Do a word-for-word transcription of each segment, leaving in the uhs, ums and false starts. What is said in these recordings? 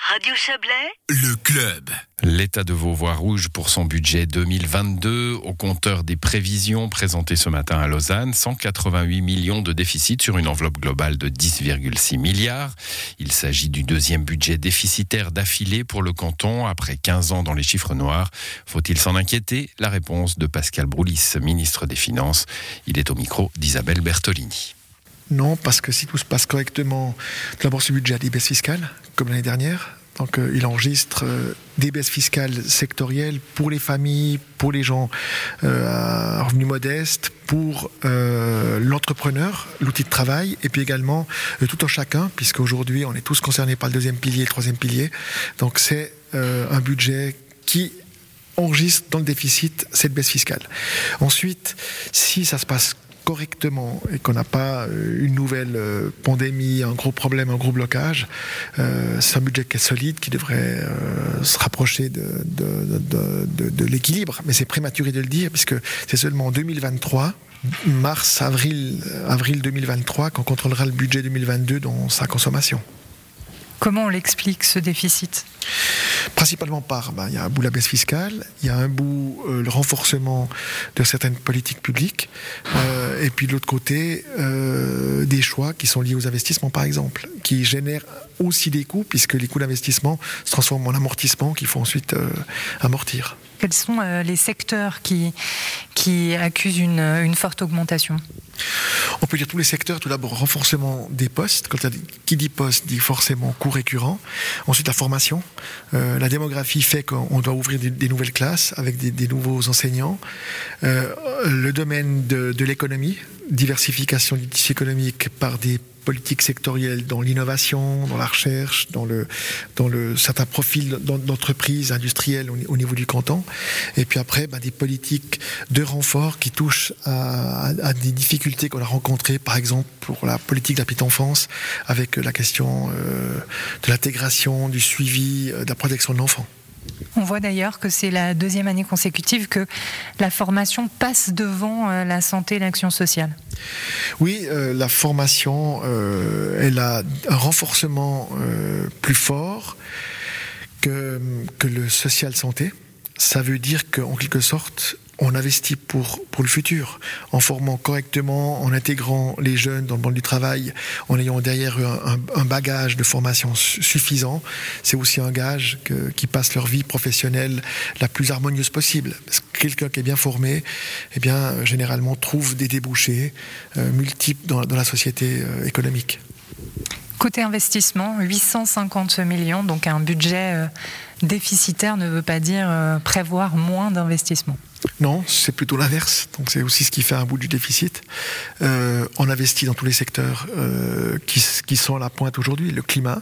Radio Chablais, le club. L'État de Vaud voit rouge pour son budget deux mille vingt-deux. Au compteur des prévisions présentées ce matin à Lausanne, cent quatre-vingt-huit millions de déficit sur une enveloppe globale de dix virgule six milliards. Il s'agit du deuxième budget déficitaire d'affilée pour le canton, après quinze ans dans les chiffres noirs. Faut-il s'en inquiéter ? La réponse de Pascal Broulis, ministre des Finances. Il est au micro d'Isabelle Bertolini. Non, parce que si tout se passe correctement, d'abord ce budget a des baisses fiscales, comme l'année dernière. Donc euh, il enregistre euh, des baisses fiscales sectorielles pour les familles, pour les gens euh, à revenus modestes, pour euh, l'entrepreneur, l'outil de travail, et puis également euh, tout en chacun, puisqu'aujourd'hui on est tous concernés par le deuxième pilier et le troisième pilier. Donc c'est euh, un budget qui enregistre dans le déficit cette baisse fiscale. Ensuite, si ça se passe correctement et qu'on n'a pas une nouvelle euh, pandémie, un gros problème, un gros blocage, euh, c'est un budget qui est solide, qui devrait euh, se rapprocher de, de, de, de, de l'équilibre. Mais c'est prématuré de le dire, puisque c'est seulement en deux mille vingt-trois, mars, avril, avril deux mille vingt-trois, qu'on contrôlera le budget deux mille vingt-deux dans sa consommation. Comment on l'explique, ce déficit ? Principalement par, ben, il y a un bout la baisse fiscale, il y a un bout euh, le renforcement de certaines politiques publiques, euh, et puis de l'autre côté, euh, des choix qui sont liés aux investissements, par exemple, qui génèrent aussi des coûts, puisque les coûts d'investissement se transforment en amortissement qu'il faut ensuite euh, amortir. Quels sont euh, les secteurs qui, qui accusent une, une forte augmentation ? On peut dire tous les secteurs. Tout d'abord, renforcement des postes. Quand il qui dit poste dit forcément coûts récurrents. Ensuite, la formation. Euh, la démographie fait qu'on doit ouvrir des, des nouvelles classes avec des, des nouveaux enseignants. Euh, le domaine de, de l'économie, diversification du tissu économique par des politiques sectorielles dans l'innovation, dans la recherche, dans le, dans le certains profils d'entreprises industrielles au, au niveau du canton. Et puis après, ben, des politiques de renfort qui touchent à, à, à des difficultés qu'on a rencontrées, par exemple pour la politique de la petite enfance, avec la question euh, de l'intégration, du suivi, de la protection de l'enfant. On voit d'ailleurs que c'est la deuxième année consécutive que la formation passe devant la santé et l'action sociale. Oui, euh, la formation, euh, elle a un renforcement euh, plus fort que, que le social santé. Ça veut dire qu'en quelque sorte, on investit pour, pour le futur, en formant correctement, en intégrant les jeunes dans le monde du travail, en ayant derrière eux un, un, un bagage de formation suffisant. C'est aussi un gage que, qui passe leur vie professionnelle la plus harmonieuse possible. Parce que quelqu'un qui est bien formé, eh bien, généralement trouve des débouchés euh, multiples dans, dans la société euh, économique. Côté investissement, huit cent cinquante millions, donc un budget euh, déficitaire ne veut pas dire euh, prévoir moins d'investissement. Non, c'est plutôt l'inverse. Donc c'est aussi ce qui fait un bout du déficit. Euh, on investit dans tous les secteurs euh, qui, qui sont à la pointe aujourd'hui. Le climat,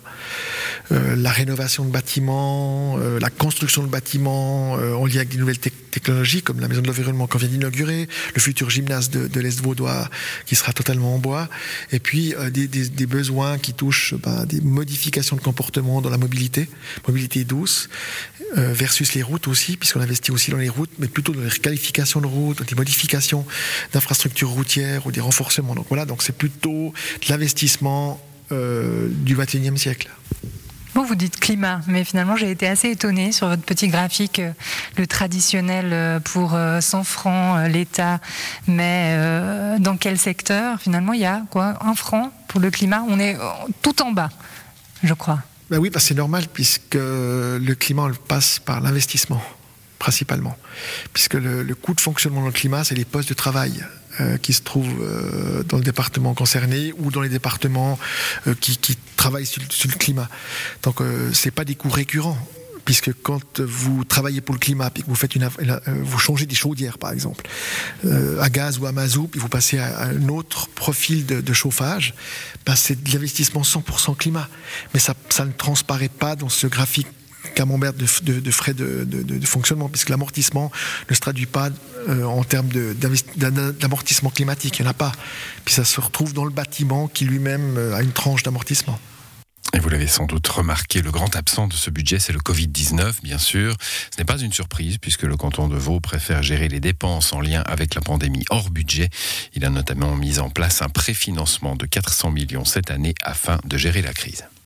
euh, la rénovation de bâtiments, euh, la construction de bâtiments euh, en lien avec des nouvelles te- technologies comme la maison de l'environnement qu'on vient d'inaugurer, le futur gymnase de, de l'Est vaudois qui sera totalement en bois, et puis euh, des, des, des besoins qui touchent bah, des modifications de comportement dans la mobilité, mobilité douce, euh, versus les routes aussi, puisqu'on investit aussi dans les routes, mais plutôt dans les qualifications de routes, des modifications d'infrastructures routières ou des renforcements. Donc voilà, donc c'est plutôt de l'investissement euh, du vingt et unième siècle. Vous, vous dites climat, mais finalement j'ai été assez étonnée sur votre petit graphique, euh, le traditionnel euh, pour euh, cent francs euh, l'État, mais euh, dans quel secteur ? Finalement il y a quoi ? Un franc pour le climat ? On est euh, tout en bas, je crois. Ben oui, bah c'est normal puisque le climat passe par l'investissement. Principalement, puisque le, le coût de fonctionnement dans le climat, c'est les postes de travail euh, qui se trouvent euh, dans le département concerné ou dans les départements euh, qui, qui travaillent sur, sur le climat. Donc, euh, c'est pas des coûts récurrents, puisque quand vous travaillez pour le climat, puis que vous faites une, euh, vous changez des chaudières, par exemple, euh, à gaz ou à mazout, puis vous passez à, à un autre profil de, de chauffage, ben c'est de l'investissement cent pour cent climat. Mais ça, ça ne transparaît pas dans ce graphique camembert de, de, de frais de, de, de fonctionnement, puisque l'amortissement ne se traduit pas euh, en termes de, d'amortissement climatique, il n'y en a pas. Puis ça se retrouve dans le bâtiment qui lui-même a une tranche d'amortissement. Et vous l'avez sans doute remarqué, le grand absent de ce budget, c'est le covid dix-neuf, bien sûr. Ce n'est pas une surprise, puisque le canton de Vaud préfère gérer les dépenses en lien avec la pandémie hors budget. Il a notamment mis en place un préfinancement de quatre cents millions cette année afin de gérer la crise.